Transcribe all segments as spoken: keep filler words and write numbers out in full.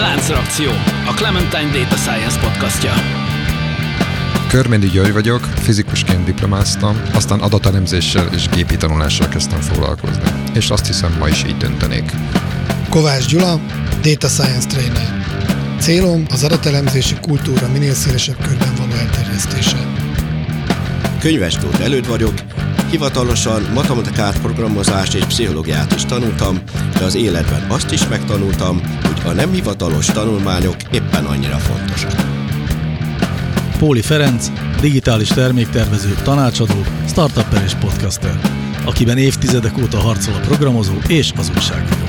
Láncreakció, a Clementine Data Science podcastja. Körméndi György vagyok, fizikusként diplomáztam, aztán adatelemzéssel és gépi tanulással kezdtem foglalkozni. És azt hiszem, ma is így döntenék. Kovács Gyula, Data Science Trainer. Célom az adatelemzési kultúra minél szélesebb körben való elterjesztése. Könyves Tóth Előd vagyok, hivatalosan matematikát, programozást és pszichológiát is tanultam, de az életben azt is megtanultam, hogy a nem hivatalos tanulmányok éppen annyira fontosak. Póli Ferenc, digitális terméktervező, tanácsadó, startupper és podcaster, akiben évtizedek óta harcol a programozó és az újságíró.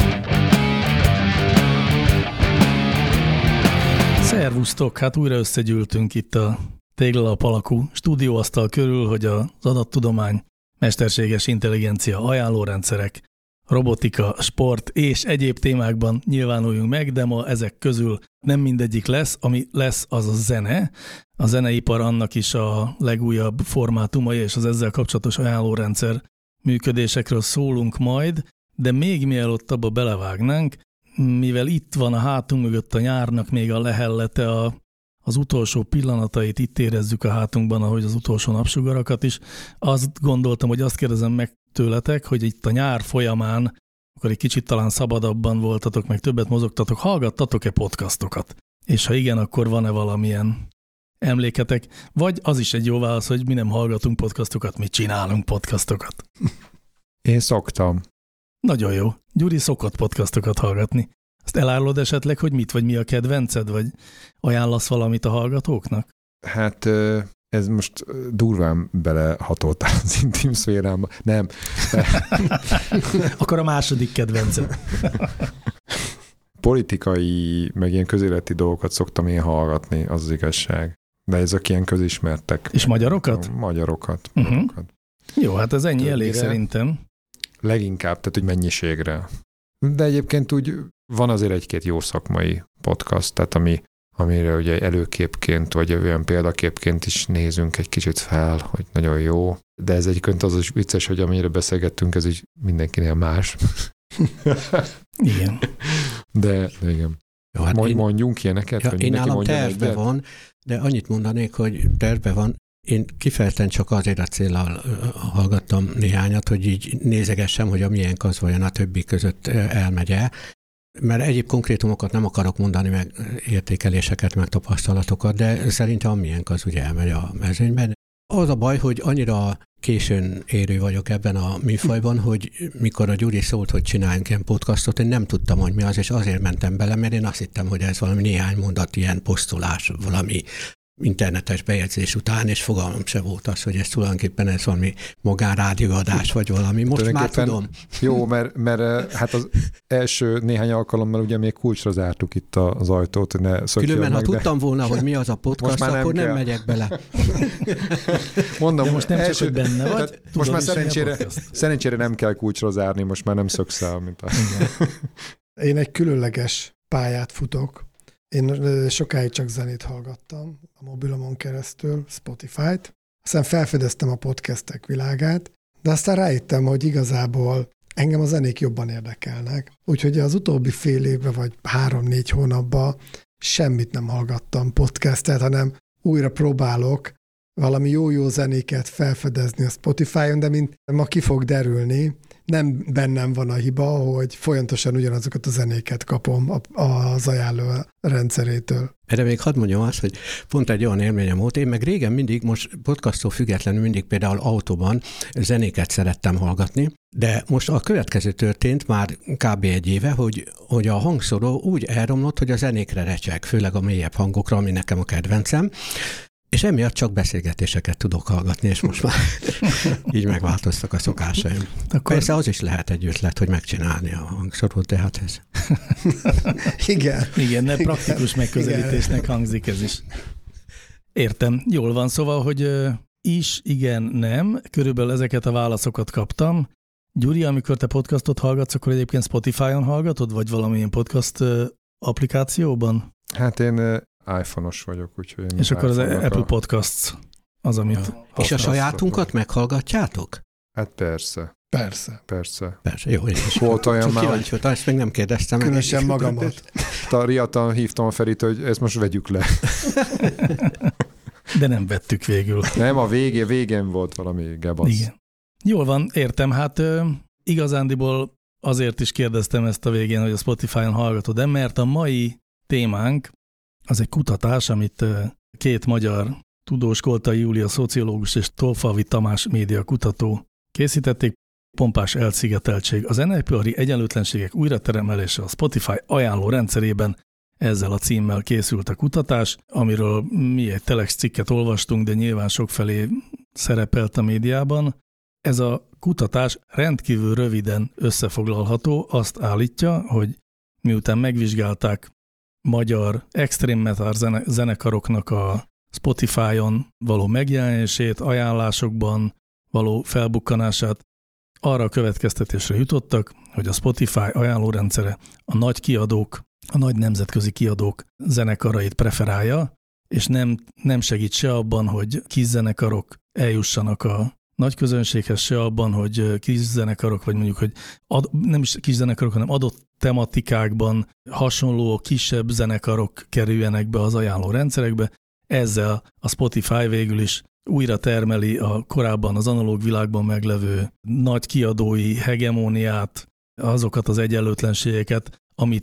Szervusztok, hát újra összegyűltünk itt a téglalap alakú stúdióasztal körül, hogy az adattudomány, mesterséges intelligencia, ajánlórendszerek, robotika, sport és egyéb témákban nyilvánuljunk meg, de ma ezek közül nem mindegyik lesz, ami lesz, az a zene. A zeneipar annak is a legújabb formátumai és az ezzel kapcsolatos ajánlórendszer működésekről szólunk majd, de még mielőtt abba belevágnánk, mivel itt van a hátunk mögött a nyárnak még a lehellete, a, az utolsó pillanatait itt érezzük a hátunkban, ahogy az utolsó napsugarakat is, azt gondoltam, hogy azt kérdezem meg tőletek, hogy itt a nyár folyamán, akkor egy kicsit talán szabadabban voltatok, meg többet mozogtatok, hallgattatok-e podcastokat? És ha igen, akkor van-e valamilyen emléketek? Vagy az is egy jó válasz, hogy mi nem hallgatunk podcastokat, mi csinálunk podcastokat. Én szoktam. Nagyon jó. Gyuri szokott podcastokat hallgatni. Azt elárulod esetleg, hogy mit, vagy mi a kedvenced, vagy ajánlasz valamit a hallgatóknak? Hát ez most durván belehatolt az intim szférámba. Nem. Akkor a második kedvenced. Politikai, meg ilyen közéleti dolgokat szoktam én hallgatni, az az igazság. De ezek ilyen közismertek. És magyarokat? Magyarokat. Uh-huh. magyarokat. Jó, hát ez ennyi Többire. Elég szerintem. Leginkább, tehát hogy mennyiségre. De egyébként úgy van azért egy-két jó szakmai podcast, tehát ami, amire ugye előképként, vagy olyan példaképként is nézünk egy kicsit fel, hogy nagyon jó. De ez egyébként az is vicces, hogy amire beszélgettünk, ez így mindenkinél más. Igen. De, de igen. Jó, hát Mondj, én, mondjunk ilyeneket? Ja, én nálam tervbe van, de annyit mondanék, hogy tervbe van. Én kifejezetten csak azért a céllal hallgattam néhányat, hogy így nézegessem, hogy a miénk az vajon a többi között elmegy-e. Mert egyéb konkrétumokat nem akarok mondani, meg értékeléseket, meg tapasztalatokat, de szerintem a miénk az ugye elmegy a mezőnyben. Az a baj, hogy annyira későn érő vagyok ebben a műfajban, hogy mikor a Gyuri szólt, hogy csináljunk ilyen podcastot, én nem tudtam, hogy mi az, és azért mentem bele, mert én azt hittem, hogy ez valami néhány mondat ilyen posztolás, valami internetes bejegyzés után, és fogalmam se volt az, hogy ez tulajdonképpen ez valami magánrádióadás, vagy valami. Most már tudom. Jó, mert, mert hát az első néhány alkalommal ugye még kulcsra zártuk itt az ajtót, hogy ne szökjön Különben, meg, ha de... tudtam volna, hogy mi az a podcast, nem akkor kell. Nem megyek bele. Mondom, de most nem első... csak, hogy benne vagy. Most már szerencsére, szerencsére nem kell kulcsra zárni, most már nem szöksz el, mint a... Én egy különleges pályát futok. Én sokáig csak zenét hallgattam a mobilomon keresztül, Spotify-t. Aztán felfedeztem a podcastek világát, de aztán rájöttem, hogy igazából engem a zenék jobban érdekelnek. Úgyhogy az utóbbi fél évben vagy három-négy hónapban semmit nem hallgattam podcastet, hanem újra próbálok valami jó-jó zenéket felfedezni a Spotify-on, de mint ma ki fog derülni, nem bennem van a hiba, hogy folyamatosan ugyanazokat a zenéket kapom az ajánló rendszerétől. Erre még hadd mondjam azt, hogy pont egy olyan élményem volt. Én meg régen mindig, most podcasttól függetlenül mindig például autóban zenéket szerettem hallgatni, de most a következő történt már kb. Egy éve, hogy, hogy a hangszóró úgy elromlott, hogy a zenékre recseg, főleg a mélyebb hangokra, ami nekem a kedvencem, és emiatt csak beszélgetéseket tudok hallgatni, és most már így megváltoztak a szokásaim. Akkor... Persze az is lehet egy ötlet, hogy megcsinálni a hangszórót, de hát ez... Igen. Igen, de praktikus megközelítésnek hangzik ez is. Értem. Jól van, szóval, hogy is, igen, nem. Körülbelül ezeket a válaszokat kaptam. Gyuri, amikor te podcastot hallgatsz, akkor egyébként Spotify-on hallgatod, vagy valamilyen podcast applikációban? Hát én... iPhone-os vagyok, úgyhogy... Én és akkor az Apple a... Podcasts az, amit... Ja. És a sajátunkat meghallgatjátok? Hát persze. Persze. Persze. Persze, jó. Én is volt olyan csak már, kíváncsi voltam, ezt még nem kérdeztem. Különösen magamat. A riadtan hívtam a Ferit, hogy ezt most vegyük le. De nem vettük végül. Nem, a végén, végén volt valami gebasz. Igen. Jól van, értem. Hát ö, igazándiból azért is kérdeztem ezt a végén, hogy a Spotify-on hallgatod-e, mert a mai témánk az egy kutatás, amit ö, két magyar tudós, Koltai Júlia szociológus és Tolfalvi Tamás média kutató készítették. Pompás elszigeteltség. Az zeneipari egyenlőtlenségek újrateremelése a Spotify ajánló rendszerében, ezzel a címmel készült a kutatás, amiről mi egy Telex cikket olvastunk, de nyilván sokfelé szerepelt a médiában. Ez a kutatás rendkívül röviden összefoglalható, azt állítja, hogy miután megvizsgálták magyar extreme metal zene- zenekaroknak a Spotify-on való megjelenését, ajánlásokban való felbukkanását, arra a következtetésre jutottak, hogy a Spotify ajánlórendszere a nagy kiadók, a nagy nemzetközi kiadók zenekarait preferálja, és nem, nem segít se abban, hogy kis zenekarok eljussanak a nagy közönséghez, se abban, hogy kis zenekarok, vagy mondjuk, hogy ad, nem is kis zenekarok, hanem adott tematikákban hasonló, kisebb zenekarok kerüljenek be az ajánlórendszerekbe. Ezzel a Spotify végül is újra termeli a korábban az analóg világban meglevő nagy kiadói hegemóniát, azokat az egyenlőtlenségeket, amit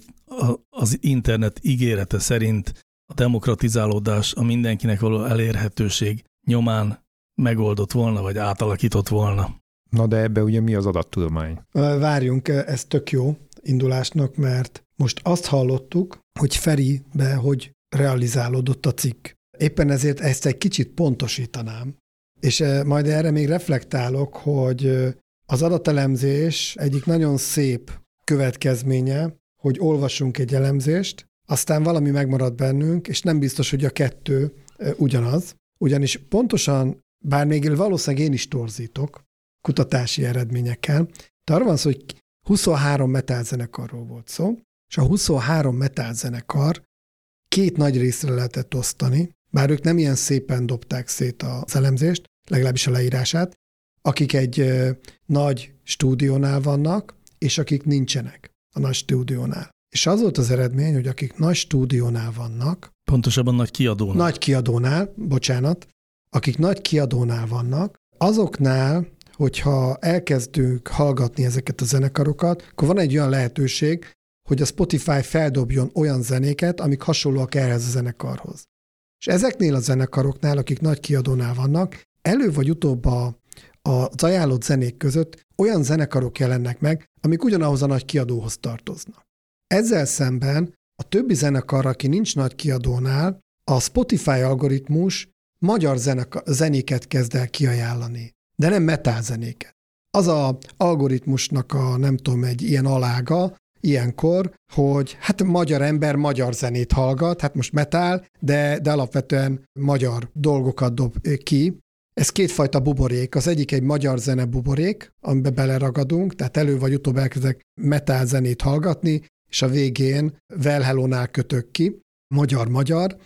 az internet ígérete szerint a demokratizálódás, a mindenkinek való elérhetőség nyomán megoldott volna, vagy átalakított volna. Na de ebbe ugye mi az adattudomány? Várjunk, ez tök jó indulásnak, mert most azt hallottuk, hogy Feribe hogy realizálódott a cikk. Éppen ezért ezt egy kicsit pontosítanám, és majd erre még reflektálok, hogy az adatelemzés egyik nagyon szép következménye, hogy olvasunk egy elemzést, aztán valami megmarad bennünk, és nem biztos, hogy a kettő ugyanaz. Ugyanis pontosan, bár még valószínűleg én is torzítok kutatási eredményekkel, de arra van szó, hogy huszonhárom metal zenekarról volt szó, és a huszonhárom metal zenekar két nagy részre lehetett osztani, bár ők nem ilyen szépen dobták szét az elemzést, legalábbis a leírását, akik egy ö, nagy stúdiónál vannak, és akik nincsenek a nagy stúdiónál. És az volt az eredmény, hogy akik nagy stúdiónál vannak, pontosabban nagy kiadónál. Nagy kiadónál, bocsánat, akik nagy kiadónál vannak, azoknál, hogyha elkezdünk hallgatni ezeket a zenekarokat, akkor van egy olyan lehetőség, hogy a Spotify feldobjon olyan zenéket, amik hasonlóak ehhez a zenekarhoz. És ezeknél a zenekaroknál, akik nagy kiadónál vannak, elő vagy utóbb a, az ajánlott zenék között olyan zenekarok jelennek meg, amik ugyanahoz a nagy kiadóhoz tartoznak. Ezzel szemben a többi zenekar, aki nincs nagy kiadónál, a Spotify algoritmus magyar zeneka, zenéket kezd el kiajánlani, de nem metal zenéket. Az az algoritmusnak a, nem tudom, egy ilyen alága, ilyenkor, hogy hát magyar ember magyar zenét hallgat, hát most metal, de, de alapvetően magyar dolgokat dob ki. Ez kétfajta buborék. Az egyik egy magyar zene buborék, amiben beleragadunk, tehát elő vagy utóbb elkezdek metal zenét hallgatni, és a végén Well Hello-nál kötök ki, magyar-magyar.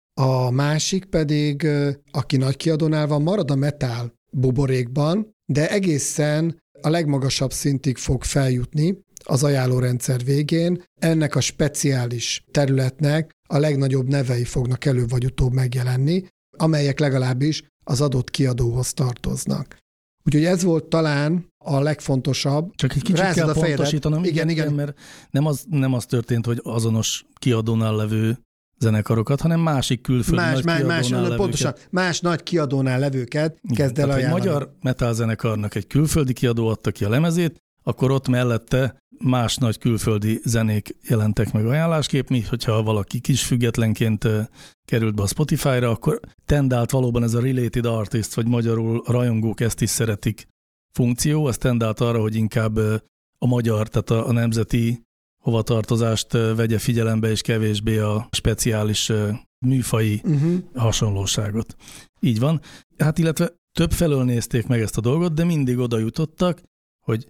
A másik pedig, aki nagy kiadónál van, marad a metal buborékban, de egészen a legmagasabb szintig fog feljutni az ajánlórendszer végén. Ennek a speciális területnek a legnagyobb nevei fognak elő vagy utóbb megjelenni, amelyek legalábbis az adott kiadóhoz tartoznak. Úgyhogy ez volt talán a legfontosabb. Csak egy kicsit Rázad kell a fejedet. pontosítanom, Igen, igen, igen. mert nem az, nem az történt, hogy azonos kiadónál levő zenekarokat, hanem másik külföldi más, nagy más, kiadónál más, levőket. Pontosan, más nagy kiadónál levőket Igen, kezd el tehát, ajánlani. egy magyar metal zenekarnak egy külföldi kiadó adta ki a lemezét, akkor ott mellette más nagy külföldi zenék jelentek meg ajánlásképp, mi, hogyha valaki kis függetlenként került be a Spotify-ra, akkor tendált valóban ez a related artist, vagy magyarul a rajongók ezt is szeretik funkció, az tendált arra, hogy inkább a magyar, tehát a, a nemzeti hovatartozást vegye figyelembe, és kevésbé a speciális műfai uh-huh. hasonlóságot. Így van. Hát illetve több felől nézték meg ezt a dolgot, de mindig oda jutottak, hogy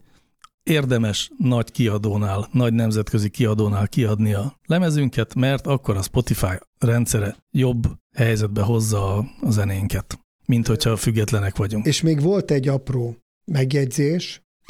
érdemes nagy kiadónál, nagy nemzetközi kiadónál kiadni a lemezünket, mert akkor a Spotify rendszere jobb helyzetbe hozza a, a zenénket, mint hogyha függetlenek vagyunk. És még volt egy apró megjegyzés,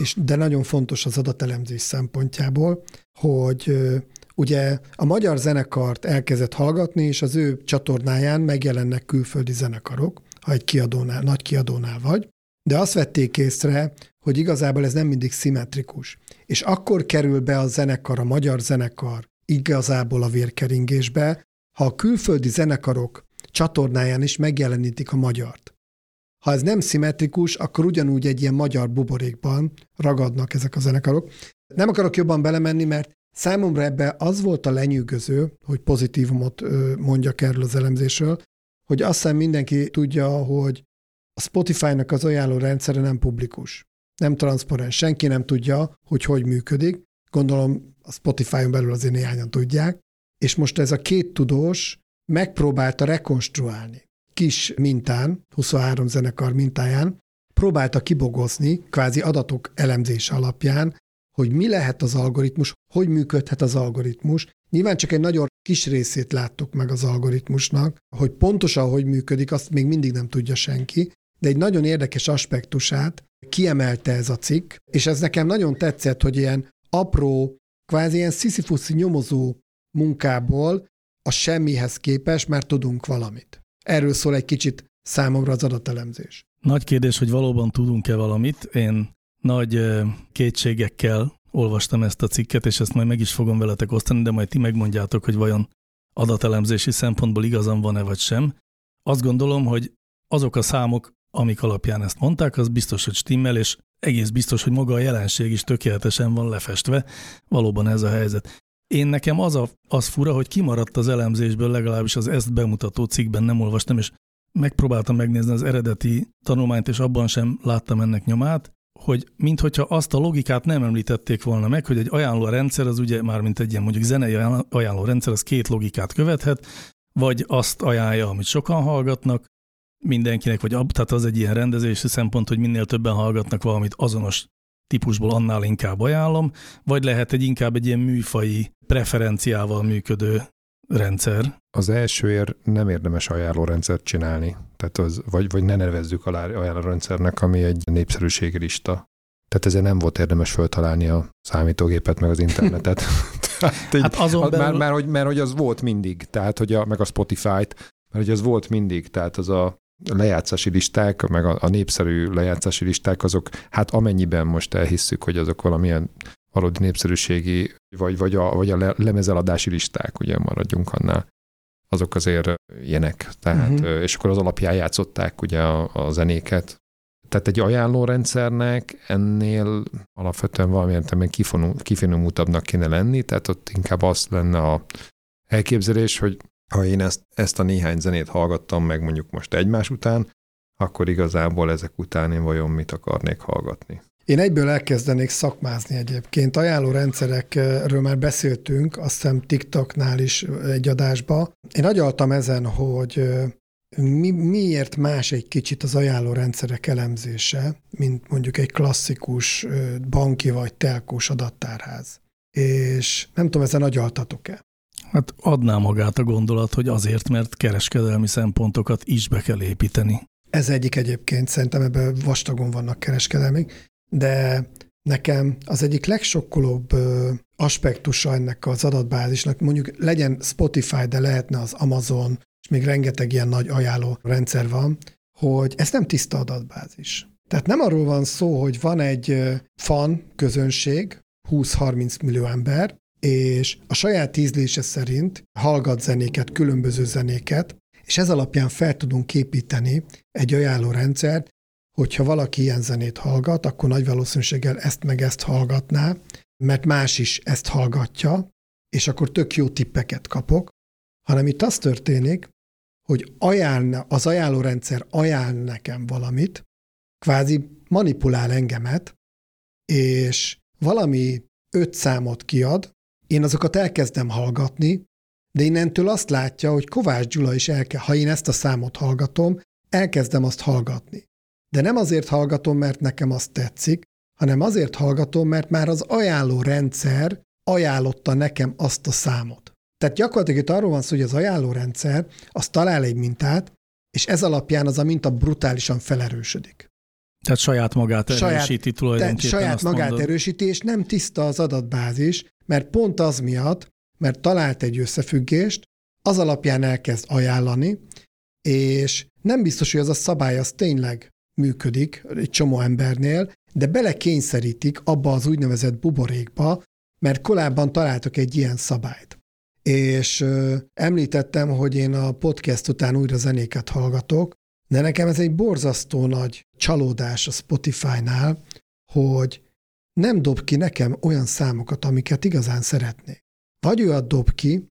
és de nagyon fontos az adatelemzés szempontjából, hogy ugye a magyar zenekart elkezdett hallgatni, és az ő csatornáján megjelennek külföldi zenekarok, ha egy kiadónál, nagy kiadónál vagy, de azt vették észre, hogy igazából ez nem mindig szimmetrikus. És akkor kerül be a zenekar, a magyar zenekar igazából a vérkeringésbe, ha a külföldi zenekarok csatornáján is megjelenítik a magyart. Ha ez nem szimmetrikus, akkor ugyanúgy egy ilyen magyar buborékban ragadnak ezek a zenekarok. Nem akarok jobban belemenni, mert számomra ebben az volt a lenyűgöző, hogy pozitívumot mondjak erről az elemzésről, hogy azt hiszem mindenki tudja, hogy a Spotify-nak az ajánló rendszere nem publikus, nem transzparens, senki nem tudja, hogy hogy működik. Gondolom a Spotify-on belül azért néhányan tudják, és most ez a két tudós megpróbálta rekonstruálni kis mintán, huszonhárom zenekar mintáján, próbálta kibogozni, kvázi adatok elemzése alapján, hogy mi lehet az algoritmus, hogy működhet az algoritmus. Nyilván csak egy nagyon kis részét láttuk meg az algoritmusnak, hogy pontosan hogy működik, azt még mindig nem tudja senki, de egy nagyon érdekes aspektusát kiemelte ez a cikk, és ez nekem nagyon tetszett, hogy ilyen apró, kvázi ilyen sziszifuszi nyomozó munkából a semmihez képest már tudunk valamit. Erről szól egy kicsit számomra az adatelemzés. Nagy kérdés, hogy valóban tudunk-e valamit. Én nagy kétségekkel olvastam ezt a cikket, és ezt majd meg is fogom veletek osztani, de majd ti megmondjátok, hogy vajon adatelemzési szempontból igazam van-e vagy sem. Azt gondolom, hogy azok a számok, amik alapján ezt mondták, az biztos, hogy stimmel, és egész biztos, hogy maga a jelenség is tökéletesen van lefestve. Valóban ez a helyzet. Én nekem az, a, az fura, hogy kimaradt az elemzésből, legalábbis az ezt bemutató cikkben nem olvastam, és megpróbáltam megnézni az eredeti tanulmányt, és abban sem láttam ennek nyomát, hogy minthogyha azt a logikát nem említették volna meg, hogy egy ajánló rendszer az ugye már mint egy ilyen mondjuk zenei ajánló rendszer, az két logikát követhet, vagy azt ajánlja, amit sokan hallgatnak mindenkinek, vagy ab, tehát az egy ilyen rendezési szempont, hogy minél többen hallgatnak valamit azonos típusból, annál inkább ajánlom, vagy lehet egy inkább egy ilyen műfaji preferenciával működő rendszer. Az elsőért nem érdemes ajánlórendszert csinálni, tehát az, vagy, vagy ne nevezzük alá ajánlórendszernek, ami egy népszerűségi lista. Tehát ezért nem volt érdemes föltalálni a számítógépet, meg az internetet. Tehát így, hát azon belül... már, már, hogy, mert hogy az volt mindig, tehát hogy a, meg a Spotify-t, mert hogy az volt mindig, tehát az a lejátszási listák, meg a, a népszerű lejátszási listák, azok, hát amennyiben most elhisszük, hogy azok valamilyen valódi népszerűségi, vagy, vagy a, vagy a lemezeladási listák, ugye maradjunk annál, azok azért ilyenek, tehát, uh-huh. és akkor az alapján játszották ugye a, a zenéket. Tehát egy ajánlórendszernek ennél alapvetően valamilyen kifinomultabbnak kéne lenni, tehát ott inkább az lenne a elképzelés, hogy ha én ezt, ezt a néhány zenét hallgattam meg mondjuk most egymás után, akkor igazából ezek után én vajon mit akarnék hallgatni. Én egyből elkezdenék szakmázni egyébként. Ajánlórendszerekről már beszéltünk, azt hiszem TikToknál is egy adásba. Én agyaltam ezen, hogy mi, miért más egy kicsit az ajánlórendszerek elemzése, mint mondjuk egy klasszikus banki vagy telkós adattárház. És nem tudom, ezen agyaltatok-e? Hát adná magát a gondolat, hogy azért, mert kereskedelmi szempontokat is be kell építeni. Ez egyik egyébként, szerintem ebben vastagon vannak kereskedelmik, de nekem az egyik legsokkolóbb aspektusa ennek az adatbázisnak, mondjuk legyen Spotify, de lehetne az Amazon, és még rengeteg ilyen nagy ajánló rendszer van, hogy ez nem tiszta adatbázis. Tehát nem arról van szó, hogy van egy fan közönség, húsz-harminc millió ember, és a saját ízlése szerint hallgat zenéket, különböző zenéket, és ez alapján fel tudunk építeni egy ajánlórendszert, hogyha valaki ilyen zenét hallgat, akkor nagy valószínűséggel ezt meg ezt hallgatná, mert más is ezt hallgatja, és akkor tök jó tippeket kapok, hanem itt az történik, hogy ajánl, az ajánlórendszer ajánl nekem valamit, kvázi manipulál engemet, és valami öt számot kiad, én azokat elkezdem hallgatni, de innentől azt látja, hogy Kovács Gyula is el kell, ha én ezt a számot hallgatom, elkezdem azt hallgatni. De nem azért hallgatom, mert nekem azt tetszik, hanem azért hallgatom, mert már az ajánló rendszer ajánlotta nekem azt a számot. Tehát gyakorlatilag itt arról van szó, hogy az ajánló rendszer az talál egy mintát, és ez alapján az a minta brutálisan felerősödik. Tehát saját magát erősíti saját, tulajdonképpen. Saját azt magát mondod. erősíti, és nem tiszta az adatbázis, mert pont az miatt, mert talált egy összefüggést, az alapján elkezd ajánlani, és nem biztos, hogy az a szabály az tényleg működik egy csomó embernél, de belekényszerítik abba az úgynevezett buborékba, mert korábban találtak egy ilyen szabályt. És ö, említettem, hogy én a podcast után újra zenéket hallgatok, de nekem ez egy borzasztó nagy csalódás a Spotify-nál, hogy nem dob ki nekem olyan számokat, amiket igazán szeretnék. Vagy olyat dob ki,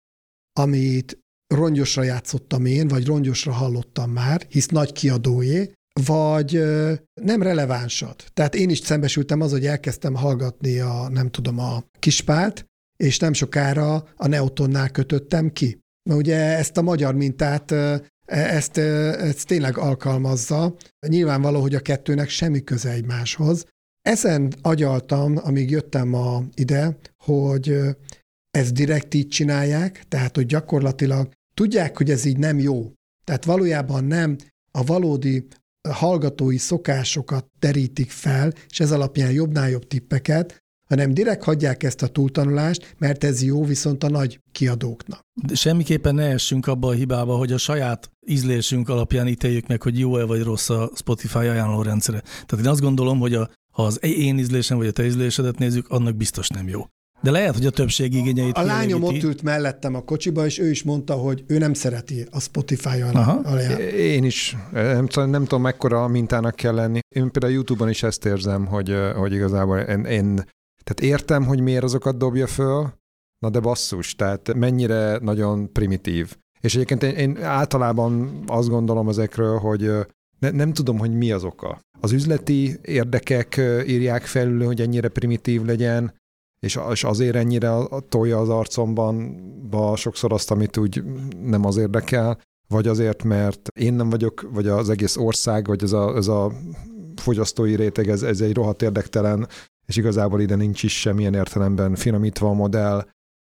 amit rongyosra játszottam én, vagy rongyosra hallottam már, hisz nagy kiadójé, vagy ö, nem relevánsat. Tehát én is szembesültem az, hogy elkezdtem hallgatni a, nem tudom, a Kispált, és nem sokára a Neotonnál kötöttem ki. Na ugye ezt a magyar mintát, ezt, ezt tényleg alkalmazza. Nyilvánvaló, hogy a kettőnek semmi köze egymáshoz. Ezen agyaltam, amíg jöttem ma ide, hogy ezt direkt így csinálják, tehát hogy gyakorlatilag tudják, hogy ez így nem jó. Tehát valójában nem a valódi hallgatói szokásokat terítik fel, és ez alapján jobbnál jobb tippeket, hanem direkt hagyják ezt a túltanulást, mert ez jó viszont a nagy kiadóknak. De semmiképpen ne essünk abba a hibába, hogy a saját ízlésünk alapján ítéljük meg, hogy jó-e vagy rossz a Spotify ajánlórendszere. Tehát én azt gondolom, hogy a, ha az én ízlésem vagy a te ízlésedet nézzük, annak biztos nem jó. De lehet, hogy a többség igényeit A lányom kielégíti. ott ült mellettem a kocsiba, és ő is mondta, hogy ő nem szereti a Spotify alapján. Én is. Nem, nem tudom, mekkora mintának kell lenni. Én például a YouTube-on is ezt érzem, hogy, hogy igazából én, én tehát értem, hogy miért azokat dobja föl, na de basszus, tehát mennyire nagyon primitív. És egyébként én, én általában azt gondolom ezekről, hogy ne, nem tudom, hogy mi az oka. Az üzleti érdekek írják felül, hogy ennyire primitív legyen, és, és azért ennyire tolja az arcomban ba sokszor azt, amit úgy nem az érdekel, vagy azért, mert én nem vagyok, vagy az egész ország, vagy ez a, ez a fogyasztói réteg, ez, ez egy rohadt érdektelen, és igazából ide nincs is semmilyen értelemben finomítva a modell,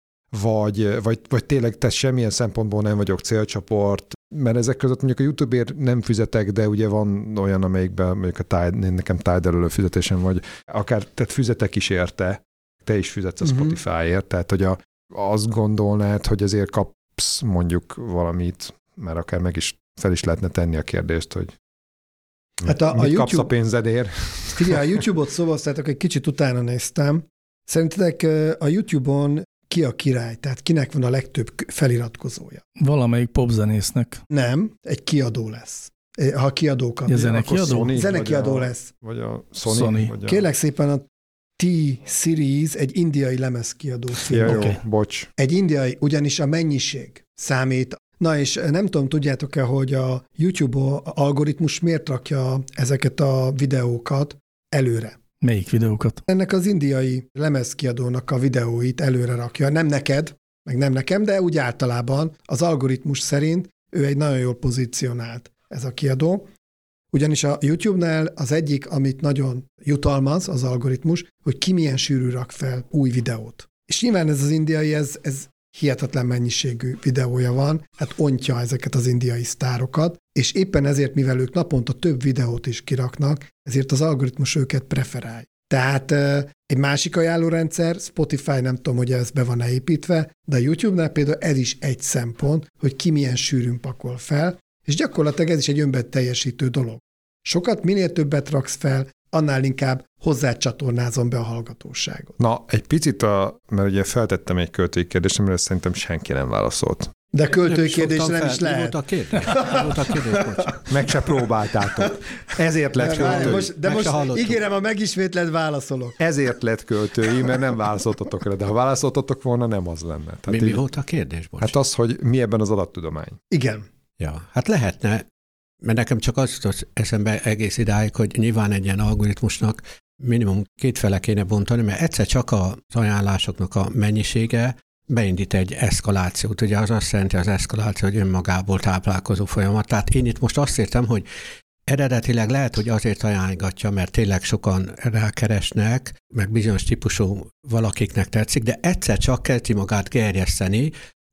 vagy, vagy, vagy tényleg te semmilyen szempontból nem vagyok célcsoport, mert ezek között mondjuk a YouTube-ért nem fizetek, de ugye van olyan, amelyikben mondjuk a Tide, nekem Tide előlő fizetésem, vagy akár tehát fizetek is érte, te is fizetsz a Spotify-ért, tehát hogy a, azt gondolnád, hogy ezért kapsz mondjuk valamit, mert akár meg is fel is lehetne tenni a kérdést, hogy hát a, mit a YouTube, kapsz a pénzedért. Figyelj, a YouTube-ot szavaztátok, egy kicsit utána néztem. Szerintetek a YouTube-on ki a király? Tehát kinek van a legtöbb feliratkozója? Valamelyik popzenésznek. Nem, egy kiadó lesz. Ha kiadókat. Ja, zenekiadó? Zenekiadó lesz. Vagy a Sony. Sony. Vagy a... Kérlek szépen a T-Series egy indiai lemezkiadó film. Ja, jó, Okay. bocs. Egy indiai, ugyanis a mennyiség számít. Na és nem tudom, tudjátok-e, hogy a YouTube algoritmus miért rakja ezeket a videókat előre? Melyik videókat? Ennek az indiai lemezkiadónak a videóit előre rakja. Nem neked, meg nem nekem, de úgy általában az algoritmus szerint ő egy nagyon jól pozícionált ez a kiadó. Ugyanis a YouTube-nál az egyik, amit nagyon jutalmaz az algoritmus, hogy ki milyen sűrű rak fel új videót. És nyilván ez az indiai, ez, ez hihetetlen mennyiségű videója van, hát ontja ezeket az indiai sztárokat, és éppen ezért, mivel ők naponta több videót is kiraknak, ezért az algoritmus őket preferálja. Tehát egy másik ajánlórendszer, Spotify, nem tudom, hogy ez be van-e építve, de a YouTube-nál például ez is egy szempont, hogy ki milyen sűrűn pakol fel, és gyakorlatilag ez is egy önben teljesítő dolog. Sokat, minél többet raksz fel, annál inkább hozzácsatornázom be a hallgatóságot. Na, egy picit, a, mert ugye feltettem egy költői kérdést, amire szerintem senki nem válaszolt. De költői kérdés nem is lehet. Mi volt a kérdés? Mi volt a kérdés, bocs? Meg se próbáltátok. Ezért lett költői. Most, de Meg se most hallottuk. ígérem, a megismétlet válaszolok. Ezért lett költői, mert nem válaszoltatok rá, de ha válaszoltatok volna, nem az lenne. Tehát Mi, így, mi volt a kérdés, bocs? Hát az, hogy mi ebben az adattudomány. Igen. Ja, hát lehetne, mert nekem csak az jutott eszembe egész idáig, hogy nyilván egy ilyen algoritmusnak minimum két fele kéne bontani, mert egyszer csak az ajánlásoknak a mennyisége beindít egy eszkalációt. Ugye az azt jelenti az eszkaláció, hogy önmagából táplálkozó folyamat. Tehát én itt most azt értem, hogy eredetileg lehet, hogy azért ajánlgatja, mert tényleg sokan rákeresnek, meg bizonyos típusú valakiknek tetszik, de egyszer csak kezdi magát gerjeszteni,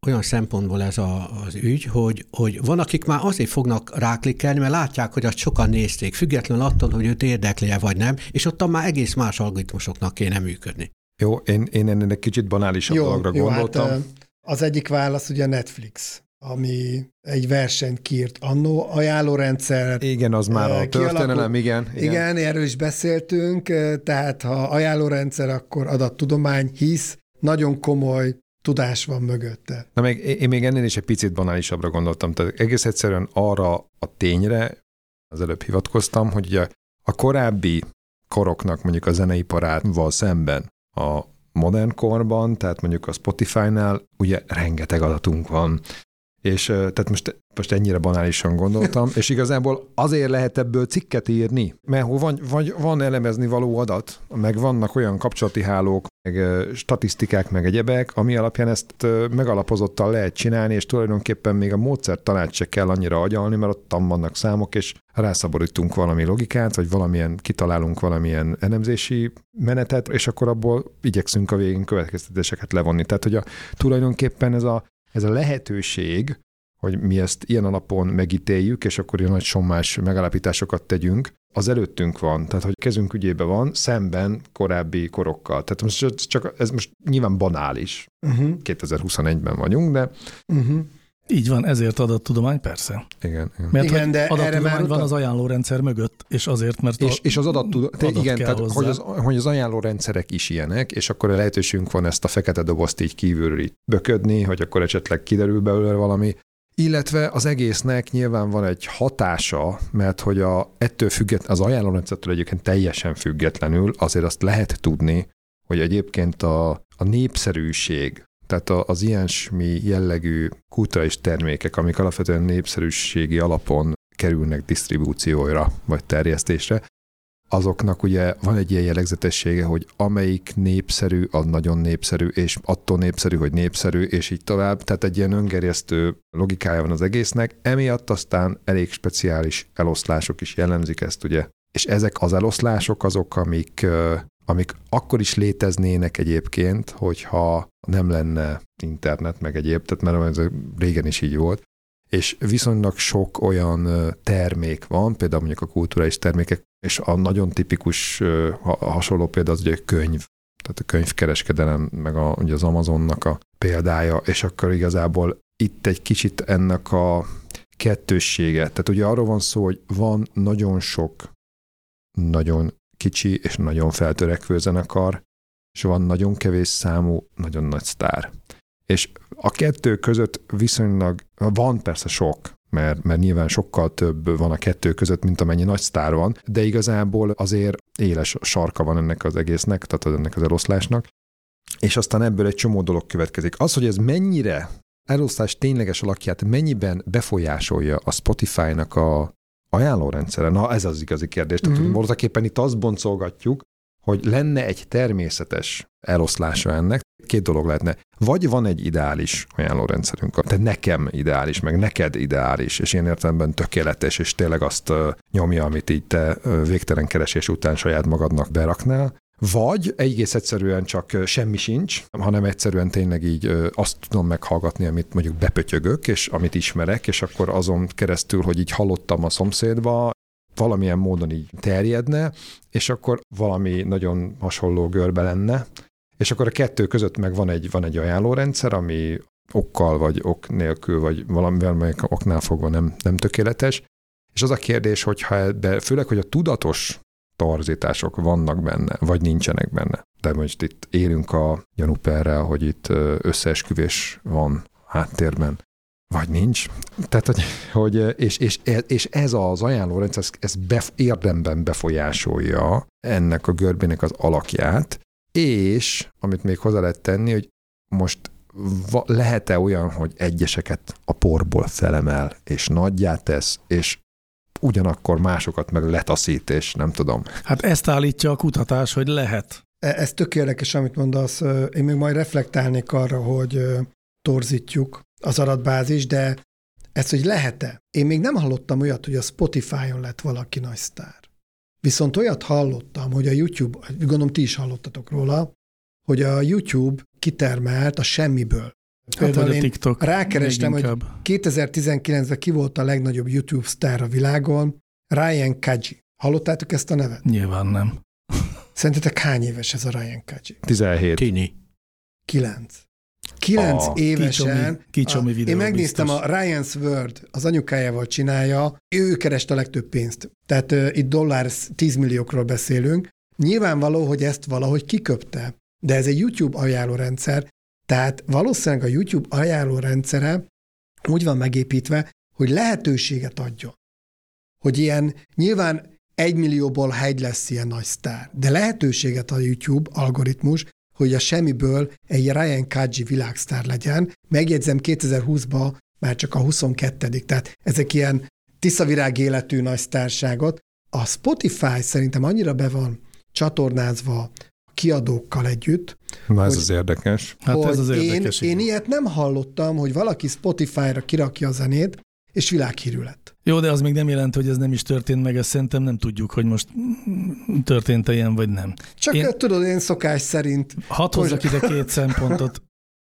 olyan szempontból ez a, az ügy, hogy, hogy van, akik már azért fognak ráklikkelni, mert látják, hogy azt sokan nézték, függetlenül attól, hogy őt érdekli-e vagy nem, és ott már egész más algoritmusoknak kéne működni. Jó, én, én ennél egy kicsit banálisabb jó, dologra jó, gondoltam. Hát, az egyik válasz ugye Netflix, ami egy versenyt kiírt annó, ajánlórendszer. Igen, az már a történelem, igen, igen. Igen, erről is beszéltünk, tehát ha ajánlórendszer, akkor adattudomány, hisz nagyon komoly tudás van mögötte. Na meg én még ennél is egy picit banálisabbra gondoltam, tehát egész egyszerűen arra a tényre, az előbb hivatkoztam, hogy ugye a korábbi koroknak mondjuk a zeneiparával szemben a modern korban, tehát mondjuk a Spotify-nál ugye rengeteg adatunk van. És tehát most, most ennyire banálisan gondoltam, és igazából azért lehet ebből cikket írni, mert van, vagy van elemezni való adat, meg vannak olyan kapcsolati hálók, meg statisztikák, meg egyebek, ami alapján ezt megalapozottan lehet csinálni, és tulajdonképpen még a módszertanát se kell annyira agyalni, mert ott vannak számok, és rászaborítunk valami logikát, vagy valamilyen, kitalálunk valamilyen elemzési menetet, és akkor abból igyekszünk a végén következtetéseket levonni. Tehát, hogy a, tulajdonképpen ez a Ez a lehetőség, hogy mi ezt ilyen alapon megítéljük, és akkor ilyen nagy sommás megállapításokat tegyünk, az előttünk van, tehát hogy kezünk ügyébe van, szemben korábbi korokkal. Tehát most csak, ez most nyilván banális. Uh-huh. kétezer-huszonegyben vagyunk, de... Uh-huh. Így van, ezért adattudomány, persze. Igen, igen. Mert igen, de adattudomány van az ajánlórendszer mögött, és azért, mert és, és az adattudomány, adat igen, tehát hogy az, hogy az ajánlórendszerek is ilyenek, és akkor a lehetőségünk van ezt a fekete dobozt így kívülről így böködni, hogy akkor esetleg kiderül belőle valami. Illetve az egésznek nyilván van egy hatása, mert hogy a, ettől független, az ajánlórendszertől egyébként teljesen függetlenül azért azt lehet tudni, hogy egyébként a, a népszerűség, tehát az ilyesmi jellegű kulturális termékek, amik alapvetően népszerűségi alapon kerülnek disztribúcióra vagy terjesztésre, azoknak ugye van egy ilyen jellegzetessége, hogy amelyik népszerű, az nagyon népszerű, és attól népszerű, hogy népszerű, és így tovább. Tehát egy ilyen öngerjesztő logikája van az egésznek. Emiatt aztán elég speciális eloszlások is jellemzik ezt, ugye. És ezek az eloszlások azok, amik, amik akkor is léteznének egyébként, hogyha nem lenne internet, meg egyéb, tehát mert ez régen is így volt. És viszonylag sok olyan termék van, például mondjuk a kulturális termékek, és a nagyon tipikus hasonló példa az ugye a könyv, tehát a könyvkereskedelem, meg a, ugye az Amazonnak a példája, és akkor igazából itt egy kicsit ennek a kettőssége. Tehát ugye arról van szó, hogy van nagyon sok, nagyon kicsi és nagyon feltörekvő zenekar, és van nagyon kevés számú, nagyon nagy sztár. És a kettő között viszonylag van persze sok, mert, mert nyilván sokkal több van a kettő között, mint amennyi nagy sztár van, de igazából azért éles sarka van ennek az egésznek, tehát ennek az eloszlásnak, és aztán ebből egy csomó dolog következik. Az, hogy ez mennyire eloszlás tényleges alakját, mennyiben befolyásolja a Spotify-nak a ajánlórendszere, na ez az igazi kérdés. Tehát mm-hmm. voltaképpen itt azt boncolgatjuk, hogy lenne egy természetes eloszlása ennek, két dolog lehetne. Vagy van egy ideális ajánlórendszerünk, tehát nekem ideális, meg neked ideális, és ilyen értelemben tökéletes, és tényleg azt nyomja, amit így te végtelen keresés után saját magadnak beraknál. Vagy egész egyszerűen csak semmi sincs, hanem egyszerűen tényleg így azt tudom meghallgatni, amit mondjuk bepötyögök, és amit ismerek, és akkor azon keresztül, hogy így hallottam a szomszédba, valamilyen módon így terjedne, és akkor valami nagyon hasonló görbe lenne, és akkor a kettő között meg van egy, van egy ajánlórendszer, ami okkal vagy ok nélkül, vagy valamivel melyik oknál fogva nem, nem tökéletes. És az a kérdés, hogyha ebbe, főleg, hogy a tudatos torzítások vannak benne, vagy nincsenek benne. De most itt élünk a gyanúperrel, hogy itt összeesküvés van háttérben, vagy nincs. Tehát, hogy, hogy és, és, és ez az ajánlórendszer, ez bef, érdemben befolyásolja ennek a görbének az alakját, és amit még hozzá lehet tenni, hogy most va, lehet-e olyan, hogy egyeseket a porból felemel, és nagyjá tesz, és ugyanakkor másokat meg letaszít, és nem tudom. Hát ezt állítja a kutatás, hogy lehet. Ez tök érdekes, amit mondasz. Én még majd reflektálnék arra, hogy torzítjuk az adatbázis, de ez, hogy lehet-e? Én még nem hallottam olyat, hogy a Spotify-on lett valaki nagy sztár. Viszont olyat hallottam, hogy a YouTube, gondolom ti is hallottatok róla, hogy a YouTube kitermelt a semmiből Például hát, én TikTok rákerestem, hogy kétezer-tizenkilencben ki volt a legnagyobb YouTube sztár a világon, Ryan Kaji. Hallottátok ezt a nevet? Nyilván nem. Szerintetek hány éves ez a Ryan Kaji? tizenhét. Tini. Kilenc. Kilenc A, évesen. Kicsomi, kicsomi a, videó én megnéztem, biztos. a Ryan's World, az anyukájával csinálja, ő kereste a legtöbb pénzt. Tehát uh, itt dollár tíz milliókról beszélünk. Nyilvánvaló, hogy ezt valahogy kiköpte, de ez egy YouTube ajánlórendszer, tehát valószínűleg a YouTube ajánlórendszere úgy van megépítve, hogy lehetőséget adjon. Hogy ilyen, nyilván egy millióból hegy lesz ilyen nagy sztár, de lehetőséget a YouTube algoritmus, hogy a semmiből egy Ryan Kaji világsztár legyen. Megjegyzem, kétezer-húszban már csak a huszonkettedik Tehát ezek ilyen tiszavirág életű nagy sztárságot. A Spotify szerintem annyira be van csatornázva a kiadókkal együtt. Na ez hogy, az érdekes. Hát ez az érdekes. Én, én ilyet nem hallottam, hogy valaki Spotify-ra kirakja a zenét, és világhírű lett. Jó, de az még nem jelenti, hogy ez nem is történt meg, ezt szerintem nem tudjuk, hogy most történt-e ilyen, vagy nem. Csak én, tudod, én szokás szerint... Hadd hozzak ide két szempontot,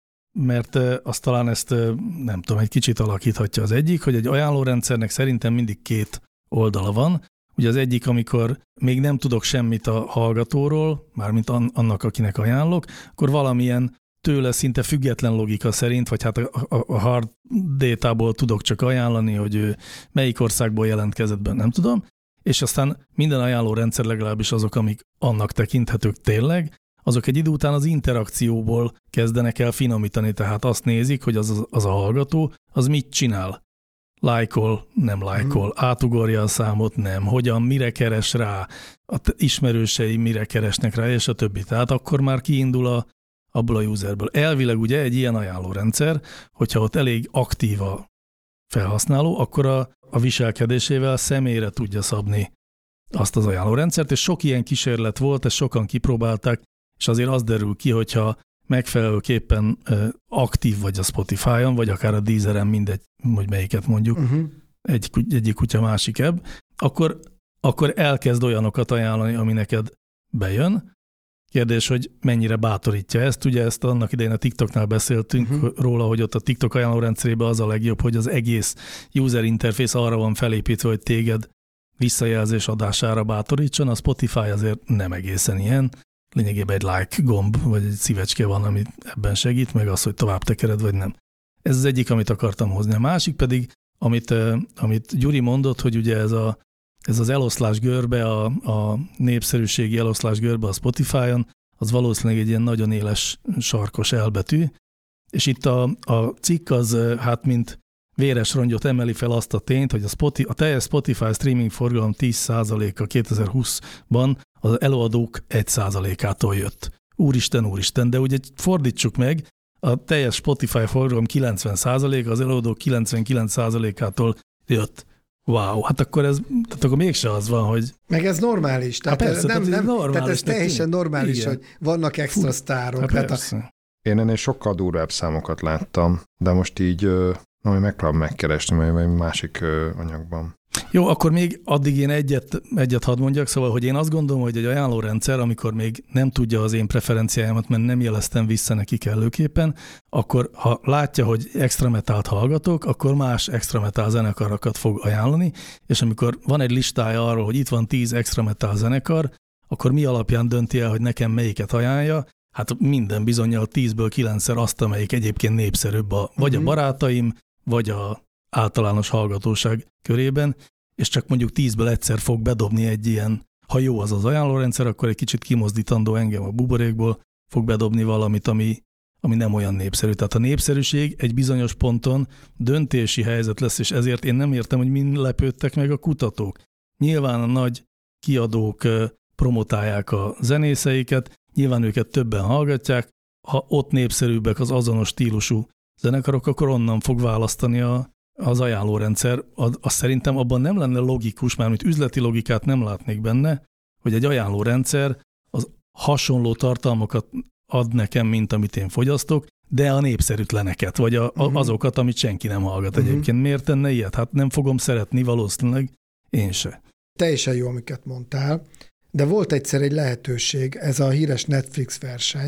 mert azt talán ezt, nem tudom, egy kicsit alakíthatja. Az egyik, hogy egy ajánlórendszernek szerintem mindig két oldala van. Ugye az egyik, amikor még nem tudok semmit a hallgatóról, mármint annak, akinek ajánlok, akkor valamilyen tőle szinte független logika szerint, vagy hát a, a, a hard datából tudok csak ajánlani, hogy ő melyik országból jelentkezett be, nem tudom, és aztán minden ajánlórendszer, legalábbis azok, amik annak tekinthetők tényleg, azok egy idő után az interakcióból kezdenek el finomítani, tehát azt nézik, hogy az, az, az a hallgató, az mit csinál. Lájkol, nem lájkol, átugorja a számot, nem, hogyan, mire keres rá, a ismerősei mire keresnek rá, és a többi. Tehát akkor már kiindul a abból a userből. Elvileg ugye egy ilyen ajánlórendszer, hogyha ott elég aktív a felhasználó, akkor a, a viselkedésével személyre tudja szabni azt az ajánlórendszert, és sok ilyen kísérlet volt, ezt sokan kipróbálták, és azért az derül ki, hogyha megfelelőképpen uh, aktív vagy a Spotify-on, vagy akár a Deezeren, mindegy, hogy melyiket mondjuk, uh-huh. egy, egyik kutya, másik ebb, akkor, akkor elkezd olyanokat ajánlani, ami neked bejön. Kérdés, hogy mennyire bátorítja ezt. Ugye ezt annak idején a TikToknál beszéltünk uh-huh. róla, hogy ott a TikTok ajánlórendszerében az a legjobb, hogy az egész user interface arra van felépítve, hogy téged visszajelzés adására bátorítson. A Spotify azért nem egészen ilyen. Lényegében egy like gomb, vagy egy szívecske van, ami ebben segít, meg az, hogy tovább tekered, vagy nem. Ez az egyik, amit akartam hozni. A másik pedig, amit, amit Gyuri mondott, hogy ugye ez, a, ez az eloszlás görbe, a, a népszerűségi eloszlás görbe a Spotify-on, az valószínűleg egy ilyen nagyon éles, sarkos elbetű, és itt a, a cikk az, hát mint véres rongyot emeli fel azt a tényt, hogy a, Spotify, a teljes Spotify streaming forgalom tíz százaléka kétezer-húszban az előadók egy százalékától jött. Úristen, úristen, de ugye fordítsuk meg, a teljes Spotify forgalom kilencven százaléka, az előadók kilencvenkilenc százalékától jött. Wow, hát akkor ez, tehát akkor mégse az van, hogy... Meg ez normális. Tehát, hát persze, nem, tehát, nem, normális, tehát ez teljesen normális, igen. Hogy vannak extra Fú, sztárok. Hát hát persze. a... Én ennél sokkal durvább számokat láttam, de most így na, megpróbálom megkeresni, mert egy másik anyagban. Jó, akkor még addig én egyet, egyet hadd mondjak, szóval, hogy én azt gondolom, hogy egy ajánlórendszer, amikor még nem tudja az én preferenciámat, mert nem jeleztem vissza neki kellőképpen, akkor ha látja, hogy extra metált hallgatok, akkor más extra metál zenekarokat fog ajánlani, és amikor van egy listája arról, hogy itt van tíz extra metál zenekar, akkor mi alapján dönti el, hogy nekem melyiket ajánlja? Hát minden bizonnyal tízből kilencszer azt, amelyik egyébként népszerűbb a, vagy uh-huh. a barátaim, vagy a általános hallgatóság körében, és csak mondjuk tízből egyszer fog bedobni egy ilyen, ha jó az az ajánlórendszer, akkor egy kicsit kimozdítandó engem a buborékból, fog bedobni valamit, ami, ami nem olyan népszerű. Tehát a népszerűség egy bizonyos ponton döntési helyzet lesz, és ezért én nem értem, hogy mind lepődtek meg a kutatók. Nyilván a nagy kiadók promotálják a zenészeiket, nyilván őket többen hallgatják, ha ott népszerűbbek az azonos stílusú zenekarok, akkor onnan fog választani a, az ajánlórendszer. Azt szerintem abban nem lenne logikus, mármint üzleti logikát nem látnék benne, hogy egy ajánlórendszer az hasonló tartalmakat ad nekem, mint amit én fogyasztok, de a népszerűtleneket, vagy a, uh-huh. azokat, amit senki nem hallgat uh-huh. egyébként. Miért tenne ilyet? Hát nem fogom szeretni valószínűleg, én se. Teljesen jó, amiket mondtál, de volt egyszer egy lehetőség, ez a híres Netflix verseny,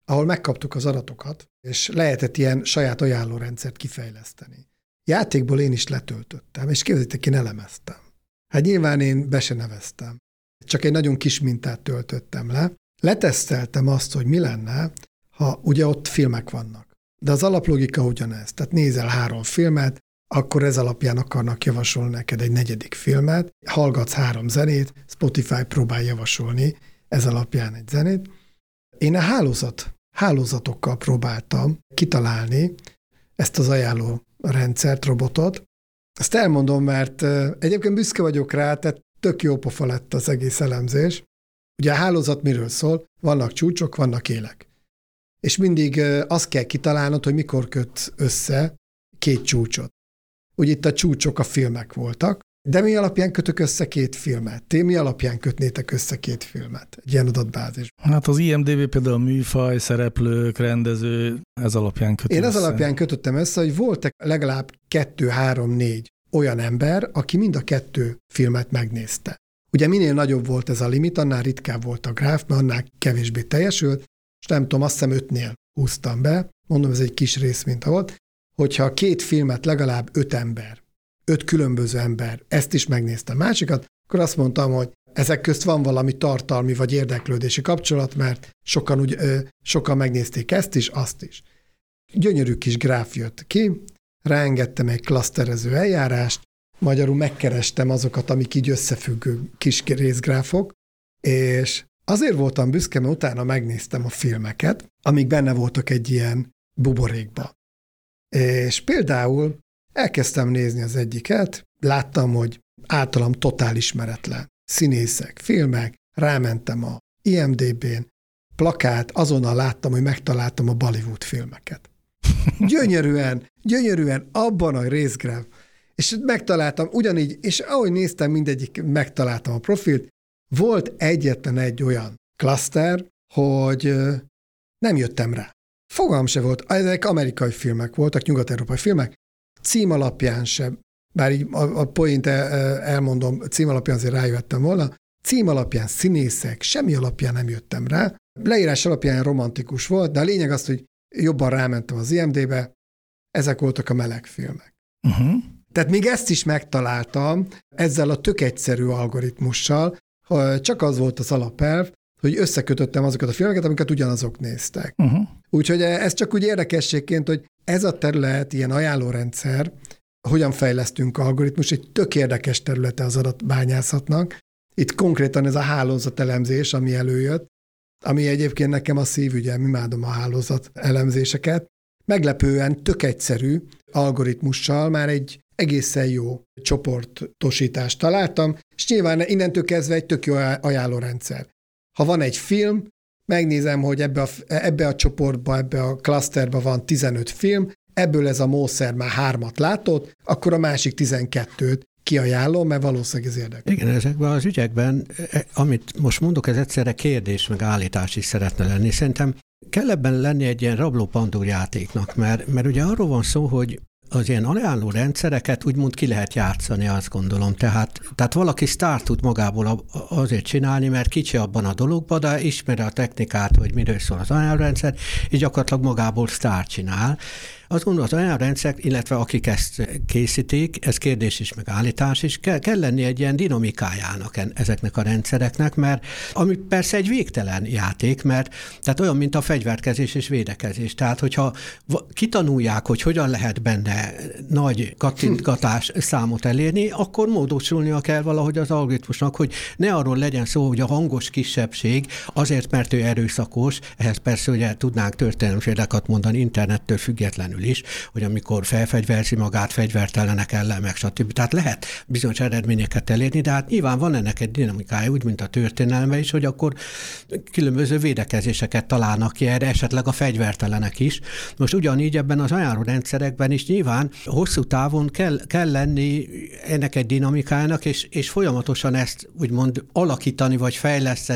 ahol megkaptuk az adatokat, és lehetett ilyen saját ajánlórendszert kifejleszteni. Játékból én is letöltöttem, és képzeljétek, én elemeztem. Hát nyilván én be se neveztem. Csak egy nagyon kis mintát töltöttem le. Leteszteltem azt, hogy mi lenne, ha ugye ott filmek vannak. De az alaplogika ugyanez. Tehát nézel három filmet, akkor ez alapján akarnak javasolni neked egy negyedik filmet, hallgatsz három zenét, Spotify próbál javasolni ez alapján egy zenét. Én a hálózat, hálózatokkal próbáltam kitalálni ezt az ajánló rendszert, robotot. Ezt elmondom, mert egyébként büszke vagyok rá, tehát tök jó pofa lett az egész elemzés. Ugye a hálózat miről szól? Vannak csúcsok, vannak élek. És mindig azt kell kitalálnod, hogy mikor köt össze két csúcsot. Ugye itt a csúcsok a filmek voltak, de mi alapján kötök össze két filmet? Ti mi alapján kötnétek össze két filmet? Egy ilyen adatbázis. Hát az I M D B például műfaj, szereplők, rendező, ez alapján kötött Én össze. ez alapján kötöttem össze, hogy voltak legalább kettő, három, négy olyan ember, aki mind a kettő filmet megnézte. Ugye minél nagyobb volt ez a limit, annál ritkább volt a gráf, mert annál kevésbé teljesült, és nem tudom, azt hiszem ötnél húztam be, mondom, ez egy kis rész, mint volt, hogyha két filmet legalább öt ember, öt különböző ember, ezt is megnézte, másikat, akkor azt mondtam, hogy ezek közt van valami tartalmi vagy érdeklődési kapcsolat, mert sokan, úgy, ö, sokan megnézték ezt is, azt is. Gyönyörű kis gráf jött ki, ráengedtem egy klaszterező eljárást, magyarul megkerestem azokat, amik így összefüggő kis részgráfok, és azért voltam büszke, mert utána megnéztem a filmeket, amik benne voltak egy ilyen buborékba. És például elkezdtem nézni az egyiket, láttam, hogy általam totál ismeretlen színészek, filmek, rámentem a I M D B-n, plakát, azonnal láttam, hogy megtaláltam a Bollywood filmeket. Gyönyörűen, gyönyörűen abban a részgráf, és megtaláltam ugyanígy, és ahogy néztem mindegyik, megtaláltam a profilt, volt egyetlen egy olyan klaszter, hogy nem jöttem rá. Fogalmam se volt, ezek amerikai filmek voltak, nyugat-európai filmek, cím alapján sem, bár így a, a point elmondom, cím alapján azért rájöttem volna, cím alapján színészek, semmi alapján nem jöttem rá, leírás alapján romantikus volt, de a lényeg az, hogy jobban rámentem az I M D B-be, ezek voltak a meleg filmek. Uh-huh. Tehát még ezt is megtaláltam ezzel a tök egyszerű algoritmussal, csak az volt az alapelv, hogy összekötöttem azokat a filmeket, amiket ugyanazok néztek. Uh-huh. Úgyhogy ez csak úgy érdekességként, hogy ez a terület, ilyen ajánlórendszer, hogyan fejlesztünk algoritmus, egy tök érdekes területe az adatbányászatnak. Itt konkrétan ez a hálózatelemzés, ami előjött, ami egyébként nekem a szívügyem, imádom a hálózat elemzéseket. Meglepően tök egyszerű algoritmussal már egy egészen jó csoportosítást találtam, és nyilván innentől kezdve egy tök jó ajánlórendszer. Ha van egy film, megnézem, hogy ebbe a, ebbe a csoportba, ebbe a klaszterbe van tizenöt film, ebből ez a módszer már hármat látott, akkor a másik tizenkettőt kiajánlom, mert valószínűleg ez érdekel. Igen, ezekben az ügyekben, amit most mondok, ez egyszerre kérdés, meg állítás is szeretne lenni. Szerintem kell ebben lenni egy ilyen rabló-pandúr játéknak, mert, mert ugye arról van szó, hogy az ilyen ajánló rendszereket úgymond ki lehet játszani, azt gondolom. Tehát, tehát valaki sztárt tud magából azért csinálni, mert kicsi abban a dologban, de ismeri a technikát, hogy miről szól az ajánlórendszer, és gyakorlatilag magából sztárt csinál. Azt gondolom, az ajánlórendszerek, illetve akik ezt készítik, ez kérdés is, meg állítás is, kell, kell lenni egy ilyen dinamikájának ezeknek a rendszereknek, mert ami persze egy végtelen játék, mert tehát olyan, mint a fegyverkezés és védekezés. Tehát, hogyha kitanulják, hogy hogyan lehet benne nagy kattintgatás számot elérni, akkor módosulnia kell valahogy az algoritmusnak, hogy ne arról legyen szó, hogy a hangos kisebbség azért, mert ő erőszakos, ehhez persze ugye tudnánk történelmi példákat mondani internettől függetlenül is, hogy amikor felfegyverzi magát fegyvertelenek ellen, meg stb. Tehát lehet bizonyos eredményeket elérni, de hát nyilván van ennek egy dinamikája, úgy, mint a történelme is, hogy akkor különböző védekezéseket találnak ki erre, esetleg a fegyvertelenek is. Most ugyanígy ebben az ajánlórendszerekben is nyilván hosszú távon kell, kell lenni ennek egy dinamikájának, és, és folyamatosan ezt úgymond alakítani, vagy fejleszteni,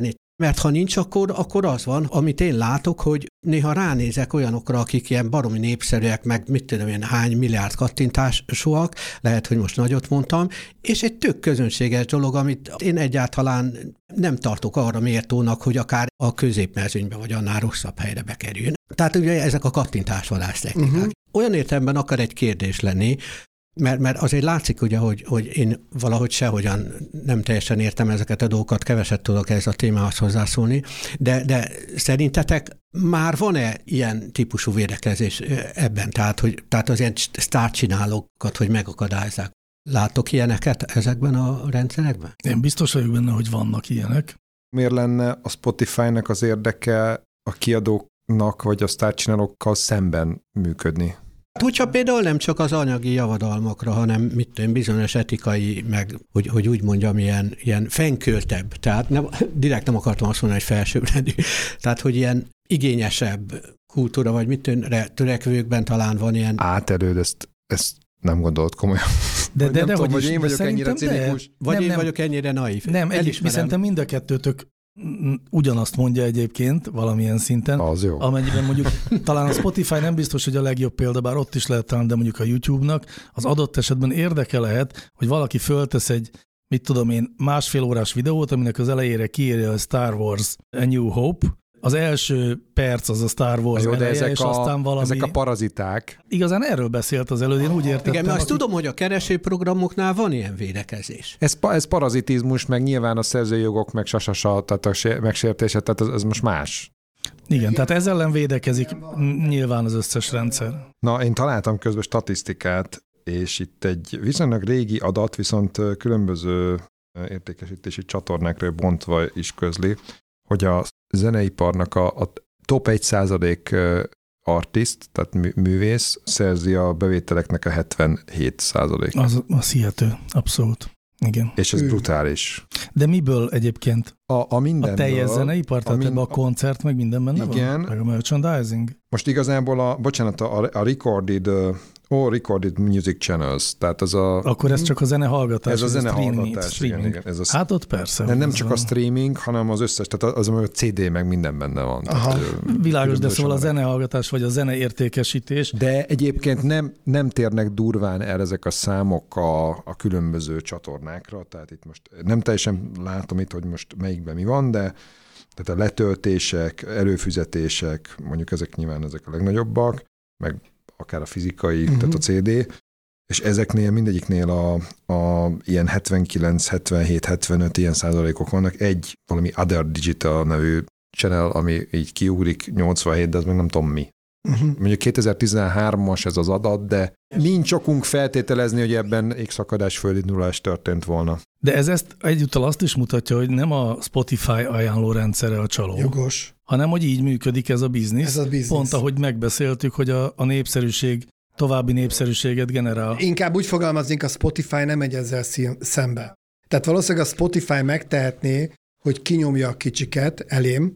Mert ha nincs, akkor, akkor az van, amit én látok, hogy néha ránézek olyanokra, akik ilyen baromi népszerűek, meg mit tudom én, hány milliárd kattintásúak, lehet, hogy most nagyot mondtam, és egy tök közönséges dolog, amit én egyáltalán nem tartok arra méltónak, hogy akár a középmezőnybe vagy annál rosszabb helyre bekerüljön. Tehát ugye ezek a kattintásvadász technikák. Uh-huh. Olyan értelemben akar egy kérdés lenni, Mert, mert azért látszik, ugye, hogy, hogy én valahogy sehogyan nem teljesen értem ezeket a dolgokat, keveset tudok ez a témához hozzászólni, de, de szerintetek már van-e ilyen típusú védekezés ebben? Tehát, hogy, tehát az ilyen sztárcsinálókat, hogy megakadályozzák. Látok ilyeneket ezekben a rendszerekben? Én biztos vagyok benne, hogy vannak ilyenek. Miért lenne a Spotify-nak az érdeke a kiadóknak vagy a sztárcsinálókkal szemben működni? Hogyha például nem csak az anyagi javadalmakra, hanem mit tudom, bizonyos etikai, meg hogy, hogy úgy mondjam, ilyen, ilyen fennköltebb. Tehát nem, direkt nem akartam azt mondani, hogy felsőbbrendű. Tehát, hogy ilyen igényesebb kultúra, vagy mit tudom, törekvőkben talán van ilyen... Átelőd, ezt, ezt nem gondolt komolyan. De, de, de, tudom, hogy is, én vagyok ennyire cinikus. Vagy nem, én nem, vagyok ennyire naív. Nem, egy, szerintem mind a kettőtök ugyanazt mondja egyébként valamilyen szinten. Az jó. Amennyiben mondjuk talán a Spotify nem biztos, hogy a legjobb példa, bár ott is lehet talán, de mondjuk a YouTube-nak az adott esetben érdeke lehet, hogy valaki föltesz egy, mit tudom én, másfél órás videót, aminek az elejére kiírja a Star Wars A New Hope. Az első perc az a Star Wars jó, eleje, és a, aztán valami... Ezek a paraziták. Igazán erről beszélt az előtt, én úgy értettem. Igen, mert azt aki... tudom, hogy a keresőprogramoknál van ilyen védekezés. Ez, ez parazitizmus, meg nyilván a szerzőjogok, meg sasasa, tehát a megsértése, tehát ez, ez most más. Igen, tehát ezzel ellen védekezik nyilván az összes rendszer. Na, én találtam közben statisztikát, és itt egy viszonylag régi adat, viszont különböző értékesítési csatornákra bontva is közli, hogy a zeneiparnak a, a top egy százalék artist, tehát művész szerzi a bevételeknek a hetvenhét százalék. Az, az hihető, abszolút. Igen. És ez Ő. brutális. De miből egyébként? A, a mindenből. A teljes zeneipar, tehát a, min- a koncert, meg minden benne igen. van? Meg a merchandising? Most igazából a, bocsánat, a, a recorded, uh, all recorded music channels, tehát az a... Akkor ez csak a zenehallgatás. Ez a zenehallgatás, igen, igen. Ez a, hát ott persze. Nem, nem csak a streaming, hanem az összes, tehát az, az a cé dé meg minden benne van. Aha. Tehát, világos, de szóval a zenehallgatás vagy a zeneértékesítés. De egyébként nem, nem térnek durván el ezek a számok a, a különböző csatornákra, tehát itt most nem teljesen látom itt, hogy most melyikben mi van, de tehát a letöltések, előfizetések, mondjuk ezek nyilván ezek a legnagyobbak, meg akár a fizikai, uh-huh. tehát a cé dé, és ezeknél mindegyiknél a, a ilyen hetvenkilenc, hetvenhét, hetvenöt ilyen százalékok vannak. Egy valami Other Digital nevű channel, ami így kiugrik nyolcvanhét, de az meg nem tudom mi. Uh-huh. Mondjuk kétezer-tizenhármas ez az adat, de nincs okunk feltételezni, hogy ebben égszakadás földindulás történt volna. De ez ezt egyúttal azt is mutatja, hogy nem a Spotify ajánló rendszere a csaló. Jogos. Hanem, hogy így működik ez a biznisz. Ez a biznisz. Pont ahogy megbeszéltük, hogy a, a népszerűség további népszerűséget generál. Inkább úgy fogalmaznénk, a Spotify nem megy ezzel szembe. Tehát valószínűleg a Spotify megtehetné, hogy kinyomja a kicsiket elém,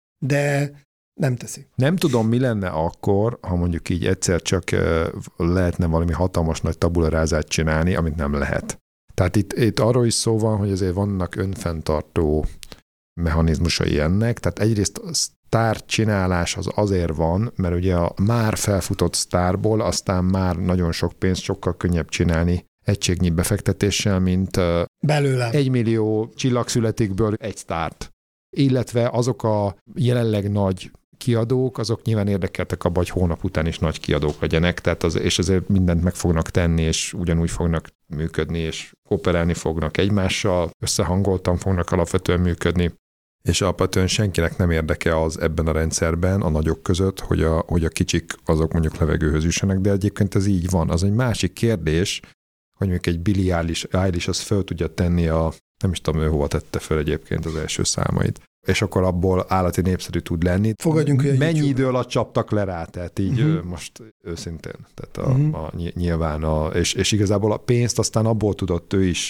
de nem teszi. Nem tudom, mi lenne akkor, ha mondjuk így egyszer csak lehetne valami hatalmas nagy tabularázát csinálni, amit nem lehet. Tehát itt, itt arról is szó van, hogy azért vannak önfenntartó mechanizmusai ennek, tehát egyrészt a sztár csinálás az azért van, mert ugye a már felfutott sztárból aztán már nagyon sok pénzt sokkal könnyebb csinálni egységnyi befektetéssel, mint belőlem egy millió csillagszületikből egy sztárt. Illetve azok a jelenleg nagy kiadók, azok nyilván érdekeltek abban, hogy hónap után is nagy kiadók legyenek, tehát az, és ezért mindent meg fognak tenni, és ugyanúgy fognak működni, és kooperálni fognak egymással, összehangoltan fognak alapvetően működni, és alapvetően senkinek nem érdeke az ebben a rendszerben, a nagyok között, hogy a, hogy a kicsik azok mondjuk levegőhöz jussanak, de egyébként ez így van. Az egy másik kérdés, hogy mondjuk egy Billie Eilish, Eilish az föl tudja tenni a, nem is tudom, ő hova tette föl egyébként az első számait, és akkor abból állati népszerű tud lenni. Fogadjunk, hogy mennyi YouTube. idő alatt csaptak le rá, tehát így uh-huh. most őszintén. Tehát a, uh-huh. a, nyilván, a, és, és igazából a pénzt aztán abból tudott ő is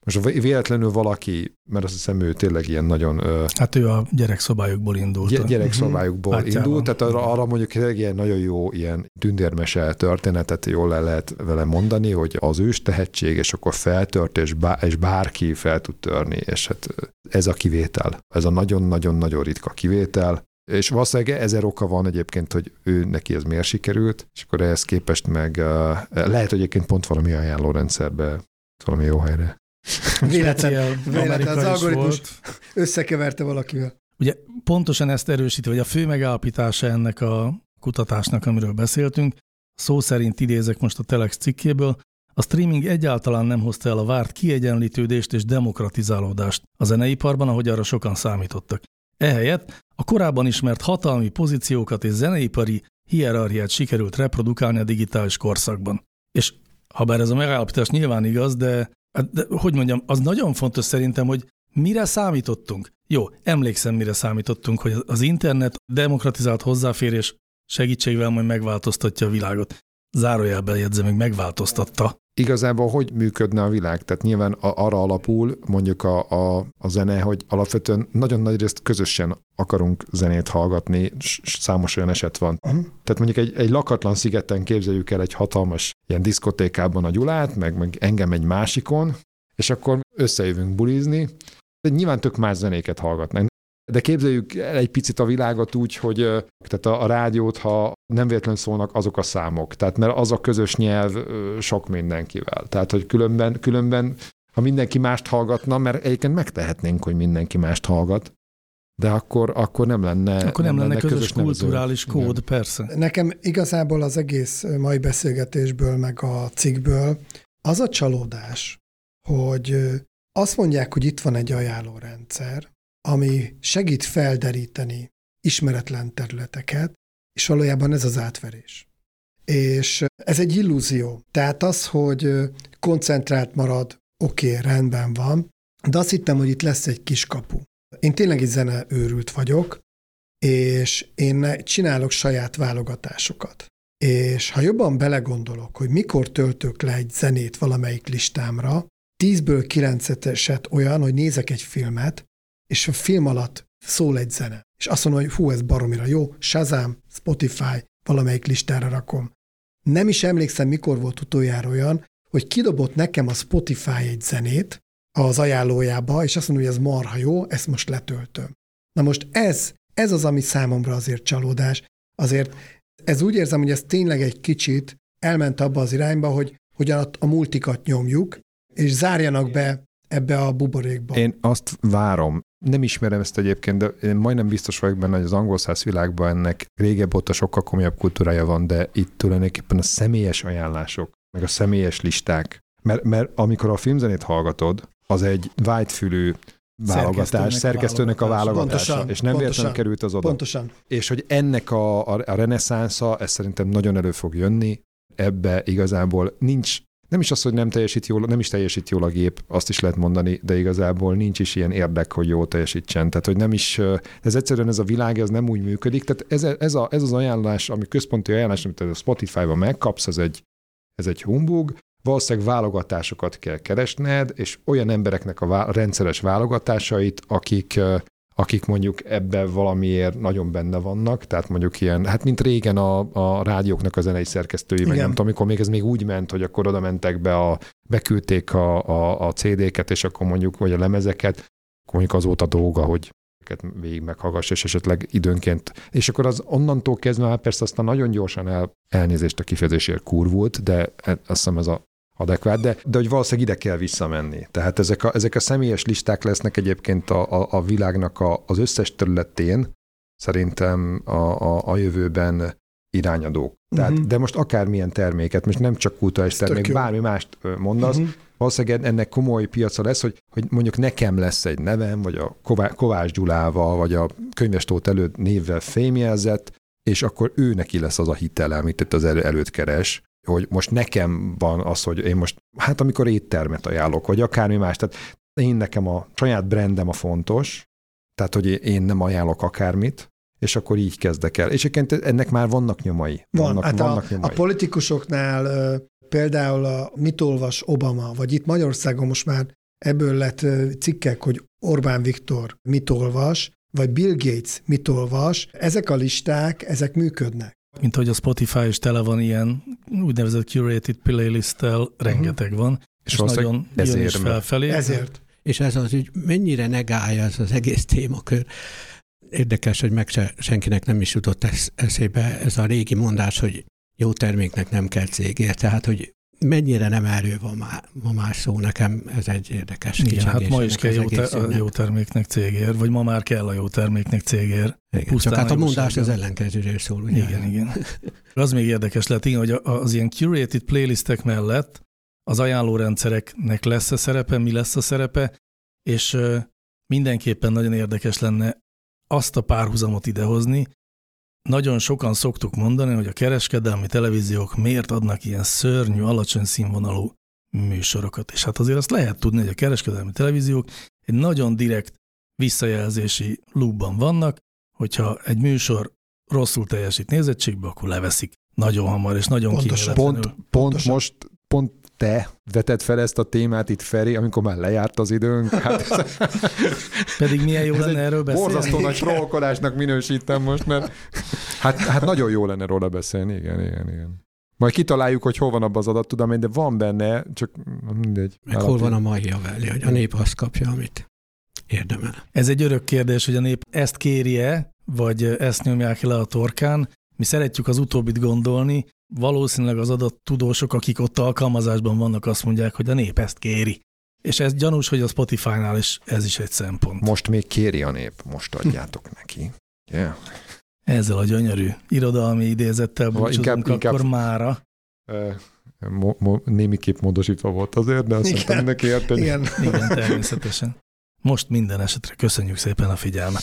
most véletlenül valaki, mert azt hiszem ő tényleg ilyen nagyon... Hát ő a gyerekszobályukból indult. Gy- gyerekszobályukból uh-huh. indult, tehát arra, arra mondjuk tényleg ilyen nagyon jó ilyen tündérmese történetet jól le lehet vele mondani, hogy az ős tehetség, és akkor feltört, és, bá- és bárki fel tud törni, és hát ez a kivétel. Ez a nagyon-nagyon-nagyon ritka kivétel. És valószínűleg ezer oka van egyébként, hogy ő neki ez miért sikerült, és akkor ehhez képest meg uh, lehet, hogy egyébként pont valami ajánlórendszerbe, valami jó helyre. Véletlen, véletlen az algoritmus összekeverte valakivel. Ugye pontosan ezt erősíti, hogy a fő megállapítása ennek a kutatásnak, amiről beszéltünk, szó szerint idézek most a Telex cikkéből, a streaming egyáltalán nem hozta el a várt kiegyenlítődést és demokratizálódást a zeneiparban, ahogy arra sokan számítottak. Ehelyett a korábban ismert hatalmi pozíciókat és zeneipari hierarchiát sikerült reprodukálni a digitális korszakban. És habár ez a megállapítás nyilván igaz, de, de hogy mondjam, az nagyon fontos szerintem, hogy mire számítottunk. Jó, emlékszem, mire számítottunk, hogy az internet demokratizált hozzáférés segítségével majd megváltoztatja a világot. Zárójelben jegyzem, meg megváltoztatta. Igazából hogy működne a világ? Tehát nyilván arra alapul mondjuk a, a, a zene, hogy alapvetően nagyon nagy részt közösen akarunk zenét hallgatni, számos olyan eset van. Uh-huh. Tehát mondjuk egy, egy lakatlan szigeten képzeljük el egy hatalmas ilyen diszkotékában a Gyulát, meg, meg engem egy másikon, és akkor összejövünk bulizni, de nyilván tök más zenéket hallgatnánk. De képzeljük el egy picit a világot úgy, hogy tehát a, a rádiót, ha nem véletlenül szólnak azok a számok, tehát mert az a közös nyelv sok mindenkivel. Tehát, hogy különben, különben ha mindenki mást hallgatna, mert egyébként megtehetnénk, hogy mindenki mást hallgat, de akkor, akkor nem lenne Akkor nem, nem lenne közös, közös kulturális nevező. kód, Igen. persze. Nekem igazából az egész mai beszélgetésből, meg a cikkből az a csalódás, hogy azt mondják, hogy itt van egy ajánlórendszer, ami segít felderíteni ismeretlen területeket, és valójában ez az átverés. És ez egy illúzió. Tehát az, hogy koncentrált marad, oké, okay, rendben van, de azt hittem, hogy itt lesz egy kiskapu. Én tényleg egy zeneőrült vagyok, és én csinálok saját válogatásokat. És ha jobban belegondolok, hogy mikor töltök le egy zenét valamelyik listámra, tízből kilenc eset olyan, hogy nézek egy filmet, és a film alatt szól egy zene. És azt mondom, hogy hú, ez baromira jó, Shazam, Spotify, valamelyik listára rakom. Nem is emlékszem, mikor volt utoljára olyan, hogy kidobott nekem a Spotify egy zenét az ajánlójába, és azt mondom, hogy ez marha jó, ezt most letöltöm. Na most ez, ez az, ami számomra azért csalódás. Azért ez úgy érzem, hogy ez tényleg egy kicsit elment abba az irányba, hogy hogyan a, a multikat nyomjuk, és zárjanak be ebbe a buborékba. Én azt várom, nem ismerem ezt egyébként, de én majdnem biztos vagyok benne, hogy az angol száz világban ennek régebb óta sokkal komolyabb kultúrája van, de itt tulajdonképpen a személyes ajánlások, meg a személyes listák. Mert, mert amikor a filmzenét hallgatod, az egy vágyfülű válogatás, szerkesztőnek, szerkesztőnek a válogatása, pontosan, és nem véletlenül került az oda. Pontosan. És hogy ennek a, a, a reneszánsza, ez szerintem nagyon elő fog jönni, ebbe igazából nincs, nem is az, hogy nem teljesít jól, nem is teljesít jól a gép, azt is lehet mondani, de igazából nincs is ilyen érdek, hogy jól teljesítsen. Tehát, hogy nem is, ez egyszerűen ez a világ, ez nem úgy működik. Tehát ez, ez, a, ez az ajánlás, ami központi ajánlás, amit a Spotify-ban megkapsz, ez egy, ez egy humbug, valószínűleg válogatásokat kell keresned, és olyan embereknek a vá- rendszeres válogatásait, akik, akik mondjuk ebben valamiért nagyon benne vannak, tehát mondjuk ilyen, hát mint régen a, a rádióknak a zenei szerkesztői, meg nem tudom, amikor még ez még úgy ment, hogy akkor oda mentek be, a, beküldték a, a, a cé dé-ket, és akkor mondjuk, vagy a lemezeket, akkor mondjuk az volt a dolga, hogy ezeket végig meghallgass, és esetleg időnként. És akkor az onnantól kezdve, hát persze aztán nagyon gyorsan el, elnézést a kifejezésért kurvult, de azt hiszem ez a adekvát, de, de hogy valószínűleg ide kell visszamenni. Tehát ezek a, ezek a személyes listák lesznek egyébként a, a, a világnak a, az összes területén szerintem a, a, a jövőben irányadók. Tehát, uh-huh. De most akármilyen terméket, most nem csak kulturális termék, bármi mást mondasz, uh-huh. valószínűleg ennek komoly piaca lesz, hogy, hogy mondjuk nekem lesz egy nevem, vagy a Kovács Gyulával, vagy a Könyvestót előtt névvel fémjelzett, és akkor ő neki lesz az a hitele, amit itt az elő, előtt keres, hogy most nekem van az, hogy én most, hát amikor éttermet ajánlok, vagy akármi más, tehát én nekem a saját brandem a fontos, tehát hogy én nem ajánlok akármit, és akkor így kezdek el. És egyébként ennek már vannak nyomai. Van, vannak, hát vannak a, nyomai. a politikusoknál például a Mit olvas Obama, vagy itt Magyarországon most már ebből lett cikkek, hogy Orbán Viktor mit olvas, vagy Bill Gates mit olvas, ezek a listák, ezek működnek. Mint hogy a Spotify is tele van ilyen úgynevezett curated playlist-tel, rengeteg van, és, és nagyon jön is felfelé. Ezért. És ez az úgy mennyire negálja ez az egész témakör. Érdekes, hogy meg se, senkinek nem is jutott esz, eszébe ez a régi mondás, hogy jó terméknek nem kell cégért. Tehát, hogy mennyire nem erről van már, ma már szó, nekem ez egy érdekes Igen, hát ma is kell jó, ter- a jó terméknek cégér, vagy ma már kell a jó terméknek cégér. Igen, csak hát a mondás az ellenkezőről szól. Ugye? Igen, igen. Az még érdekes lett, igen, hogy az ilyen curated playlistek mellett az ajánlórendszereknek lesz a szerepe, mi lesz a szerepe, és mindenképpen nagyon érdekes lenne azt a párhuzamot idehozni. Nagyon sokan szoktuk mondani, hogy a kereskedelmi televíziók miért adnak ilyen szörnyű, alacsony színvonalú műsorokat. És hát azért azt lehet tudni, hogy a kereskedelmi televíziók egy nagyon direkt visszajelzési loopban vannak, hogyha egy műsor rosszul teljesít nézettségbe, akkor leveszik nagyon hamar, és nagyon kíméletlenül. Pont, pont most, pont te veted fel ezt a témát itt, Feri, amikor már lejárt az időnk. Hát Pedig milyen jó lenne erről beszélni. Borzasztó nagy trollkodásnak minősítem most, mert hát, hát nagyon jó lenne róla beszélni, igen, igen, igen. Majd kitaláljuk, hogy hol van abban az adattudomány, de van benne, csak mindegy. Meg hol van a Machiavelli, hogy a nép azt kapja, amit érdemel. Ez egy örök kérdés, hogy a nép ezt kéri-e, vagy ezt nyomják le a torkán. Mi szeretjük az utóbbit gondolni, valószínűleg az adattudósok, akik ott alkalmazásban vannak, azt mondják, hogy a nép ezt kéri. És ez gyanús, hogy a Spotify-nál is ez is egy szempont. Most még kéri a nép, most adjátok neki. Yeah. Ezzel a gyönyörű irodalmi idézettel búcsúzunk akkor inkább, mára. Uh, mo- mo- némiképp módosítva volt azért, de azt szerintem mindenki érteni. Igen. Igen, természetesen. Most minden esetre köszönjük szépen a figyelmet.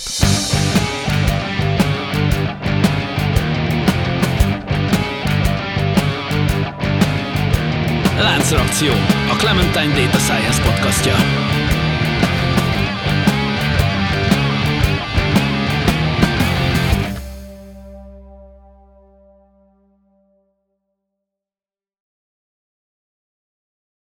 Láncreakció, a Clementine Data Science podcastja.